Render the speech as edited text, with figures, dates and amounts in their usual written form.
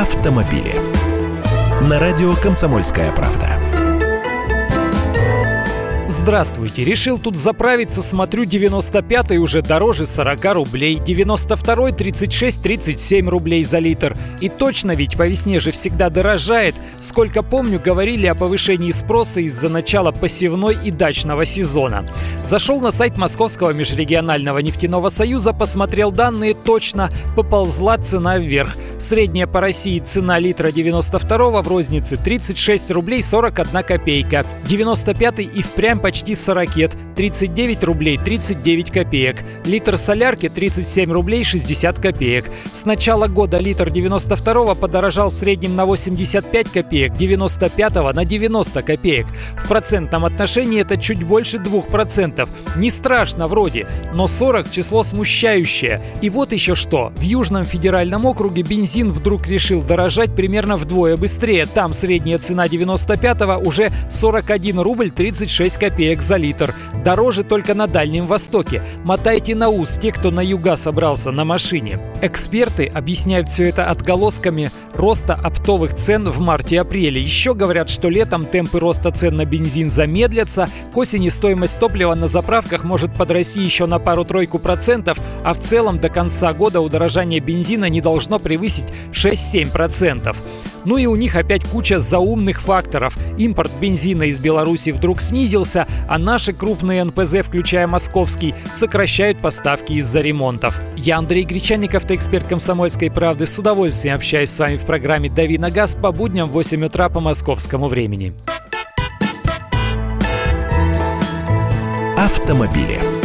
автомобили. На радио «Комсомольская правда». Здравствуйте. Решил тут заправиться, смотрю, 95-й уже дороже 40 рублей, 92-й 36-37 рублей за литр. И точно ведь по весне же всегда дорожает. Сколько помню, говорили о повышении спроса из-за начала посевной и дачного сезона. Зашел на сайт Московского межрегионального нефтяного союза, посмотрел данные, точно поползла цена вверх. Средняя по России цена литра 92-го в рознице 36 рублей 41 копейка. 95-й и впрямь почти 40, 39 рублей 39 копеек. Литр солярки 37 рублей 60 копеек. С начала года литр 92-го подорожал в среднем на 85 копеек, 95-го на 90 копеек. В процентном отношении это чуть больше 2%. Не страшно вроде, но 40 число смущающее. И вот еще что. В Южном федеральном округе бензин вдруг решил дорожать примерно вдвое быстрее. Там средняя цена 95-го уже 41 рубль 36 копеек за литр. Дороже только на Дальнем Востоке. Мотайте на ус те, кто на юга собрался на машине. Эксперты объясняют все это отголосками роста оптовых цен в марте-апреле. Еще говорят, что летом темпы роста цен на бензин замедлятся. К осени стоимость топлива на заправках может подрасти еще на пару-тройку процентов, а в целом до конца года удорожание бензина не должно превысить 6-7%. Ну и у них опять куча заумных факторов. Импорт бензина из Беларуси вдруг снизился, а наши крупные НПЗ, включая московский, сокращают поставки из-за ремонтов. Я Андрей Гречанников, эксперт «Комсомольской правды». С удовольствием общаюсь с вами в программе «Дави на газ» по будням в 8 утра по московскому времени. Автомобили.